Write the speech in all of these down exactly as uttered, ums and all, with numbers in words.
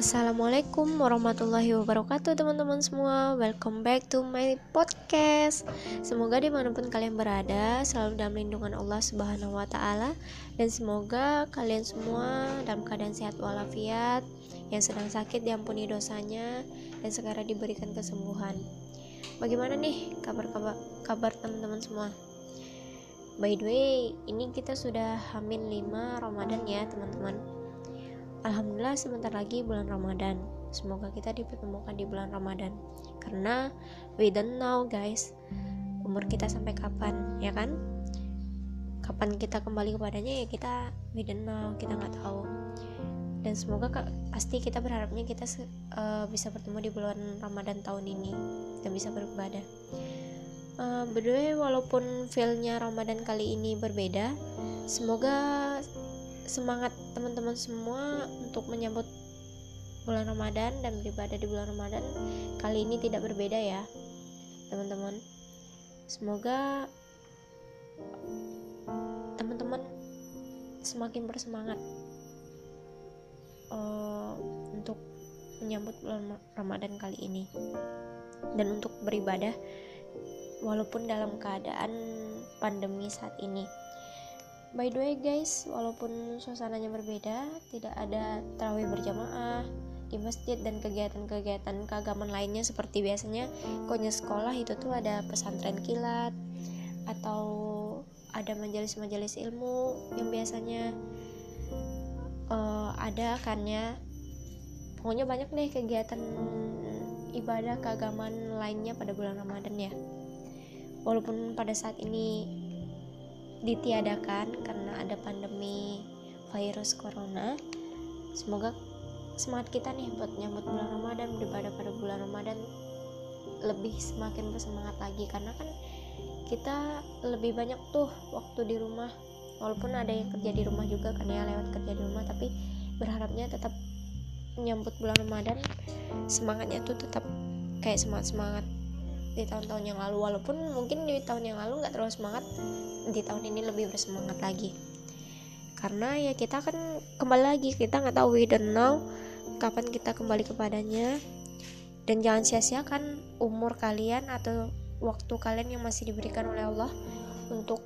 Assalamualaikum warahmatullahi wabarakatuh teman-teman semua. Welcome back to my podcast. Semoga dimanapun kalian berada selalu dalam lindungan Allah Subhanahu wa ta'ala. Dan semoga kalian semua dalam keadaan sehat walafiat. Yang sedang sakit diampuni dosanya, dan segera diberikan kesembuhan. Bagaimana nih kabar-kabar kabar teman-teman semua? By the way, ini kita sudah Hamin lima Ramadan ya teman-teman. Alhamdulillah sebentar lagi bulan Ramadan. Semoga kita dipertemukan di bulan Ramadan. Karena we don't know guys, umur kita sampai kapan, ya kan? Kapan kita kembali kepadanya ya kita we don't know, kita nggak tahu. Dan semoga pasti kita berharapnya kita uh, bisa bertemu di bulan Ramadan tahun ini dan bisa beribadah. Uh, by the way, walaupun feel-nya Ramadan kali ini berbeda, semoga semangat teman-teman semua untuk menyambut bulan Ramadan dan beribadah di bulan Ramadan kali ini tidak berbeda ya teman-teman. Semoga teman-teman semakin bersemangat uh, untuk menyambut bulan Ramadan kali ini dan untuk beribadah walaupun dalam keadaan pandemi saat ini. By the way guys, walaupun suasananya berbeda, tidak ada tarawih berjamaah di masjid dan kegiatan-kegiatan keagamaan lainnya seperti biasanya konya sekolah itu tuh ada pesantren kilat atau ada majelis-majelis ilmu yang biasanya uh, ada kan ya. Pokoknya banyak deh kegiatan ibadah keagamaan lainnya pada bulan Ramadan ya. Walaupun pada saat ini ditiadakan karena ada pandemi virus corona, semoga semangat kita nih buat nyambut bulan Ramadan, beribadah pada bulan Ramadan lebih semakin bersemangat lagi, karena kan kita lebih banyak tuh waktu di rumah, walaupun ada yang kerja di rumah juga kan ya, lewat kerja di rumah, tapi berharapnya tetap menyambut bulan Ramadan semangatnya tuh tetap kayak semangat-semangat di tahun-tahun yang lalu. Walaupun mungkin di tahun yang lalu nggak terlalu semangat, di tahun ini lebih bersemangat lagi, karena ya kita kan kembali lagi, kita nggak tahu, we don't know kapan kita kembali kepadanya. Dan jangan sia-siakan umur kalian atau waktu kalian yang masih diberikan oleh Allah untuk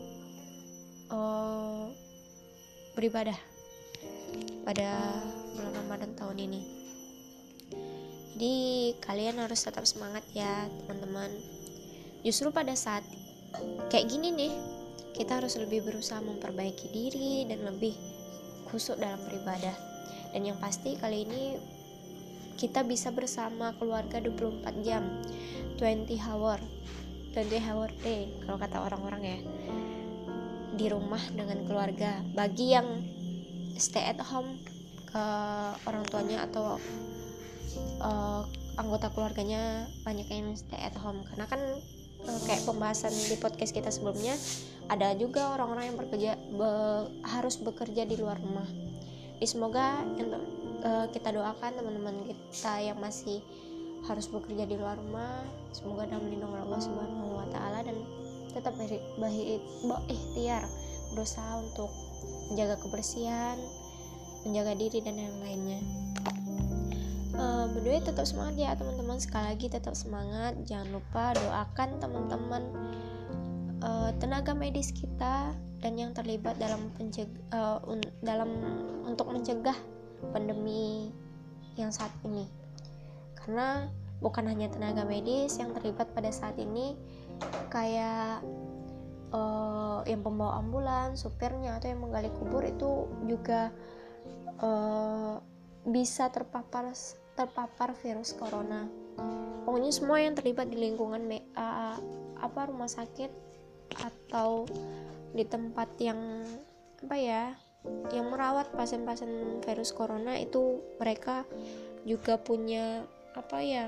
uh, beribadah pada bulan Ramadan tahun ini. Jadi kalian harus tetap semangat ya teman-teman. Justru pada saat kayak gini nih, kita harus lebih berusaha memperbaiki diri dan lebih khusyuk dalam beribadah. Dan yang pasti kali ini kita bisa bersama keluarga dua puluh empat jam, dua puluh hour dua puluh hour day kalau kata orang-orang ya, di rumah dengan keluarga. Bagi yang stay at home ke orang tuanya atau uh, anggota keluarganya banyak yang stay at home, karena kan uh, kayak pembahasan di podcast kita sebelumnya, ada juga orang-orang yang bekerja be, harus bekerja di luar rumah. Jadi semoga yang uh, kita doakan teman-teman kita yang masih harus bekerja di luar rumah, semoga dalam lindungan Allah Subhanahu wa ta'ala dan tetap berikhtiar berusaha untuk menjaga kebersihan, menjaga diri dan yang lainnya. Uh, berdua tetap semangat ya teman-teman, sekali lagi tetap semangat. Jangan lupa doakan teman-teman uh, tenaga medis kita dan yang terlibat dalam penceg- uh, un- dalam untuk mencegah pandemi yang saat ini, karena bukan hanya tenaga medis yang terlibat pada saat ini, kayak uh, yang pembawa ambulans, supirnya atau yang menggali kubur itu juga uh, bisa terpapar terpapar virus corona. Pokoknya semua yang terlibat di lingkungan me, uh, apa rumah sakit atau di tempat yang apa ya, yang merawat pasien-pasien virus corona itu, mereka juga punya apa ya,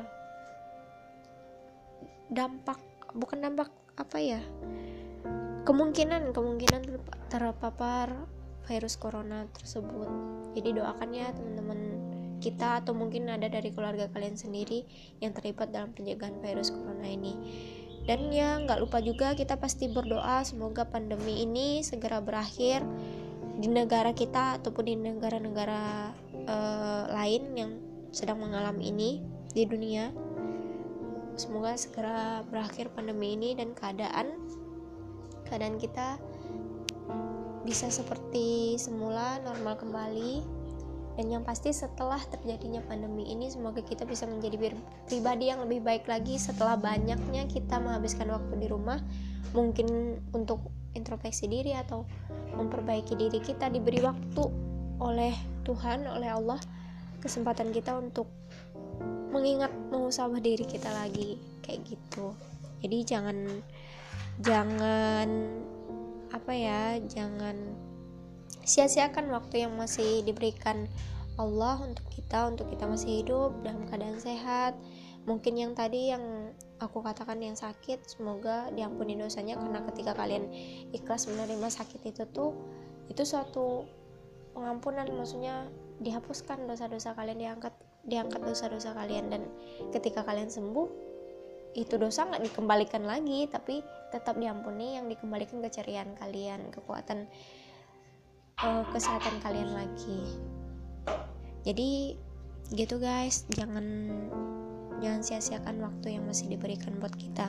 dampak bukan dampak apa ya kemungkinan kemungkinan terpapar virus corona tersebut. Jadi doakan ya teman-teman kita, atau mungkin ada dari keluarga kalian sendiri yang terlibat dalam pencegahan virus corona ini. Dan ya nggak lupa juga kita pasti berdoa semoga pandemi ini segera berakhir di negara kita ataupun di negara-negara uh, lain yang sedang mengalami ini di dunia. Semoga segera berakhir pandemi ini dan keadaan keadaan kita bisa seperti semula, normal kembali. Dan yang pasti setelah terjadinya pandemi ini, semoga kita bisa menjadi pribadi yang lebih baik lagi setelah banyaknya kita menghabiskan waktu di rumah, mungkin untuk introspeksi diri atau memperbaiki diri kita. Diberi waktu oleh Tuhan, oleh Allah, kesempatan kita untuk mengingat muhasabah diri kita lagi, kayak gitu. Jadi jangan jangan apa ya jangan sia-siakan waktu yang masih diberikan Allah untuk kita, untuk kita masih hidup dalam keadaan sehat. Mungkin yang tadi yang aku katakan yang sakit, semoga diampuni dosanya, karena ketika kalian ikhlas menerima sakit itu tuh itu suatu pengampunan, maksudnya dihapuskan dosa-dosa kalian, diangkat diangkat dosa-dosa kalian, dan ketika kalian sembuh itu dosa nggak dikembalikan lagi, tapi tetap diampuni, yang dikembalikan keceriaan kalian, kekuatan uh, kesehatan kalian lagi. Jadi gitu guys, jangan jangan sia-siakan waktu yang masih diberikan buat kita.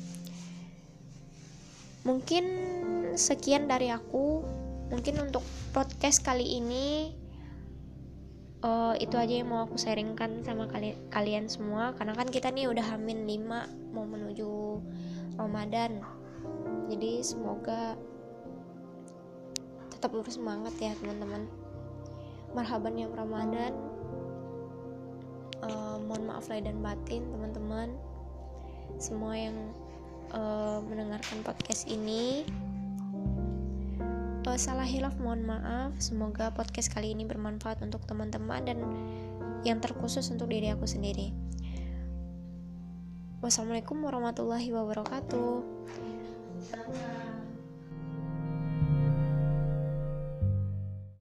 Mungkin sekian dari aku. Mungkin untuk podcast kali ini uh, itu aja yang mau aku sharingkan sama kali- kalian semua, karena kan kita nih udah hamin lima mau menuju Ramadan. Jadi semoga tetap bersemangat ya teman-teman. Marhaban ya Ramadan. Uh, mohon maaf lahir dan batin teman-teman semua yang uh, mendengarkan podcast ini. Uh, salah hilaf mohon maaf. Semoga podcast kali ini bermanfaat untuk teman-teman dan yang terkhusus untuk diri aku sendiri. Wassalamualaikum warahmatullahi wabarakatuh.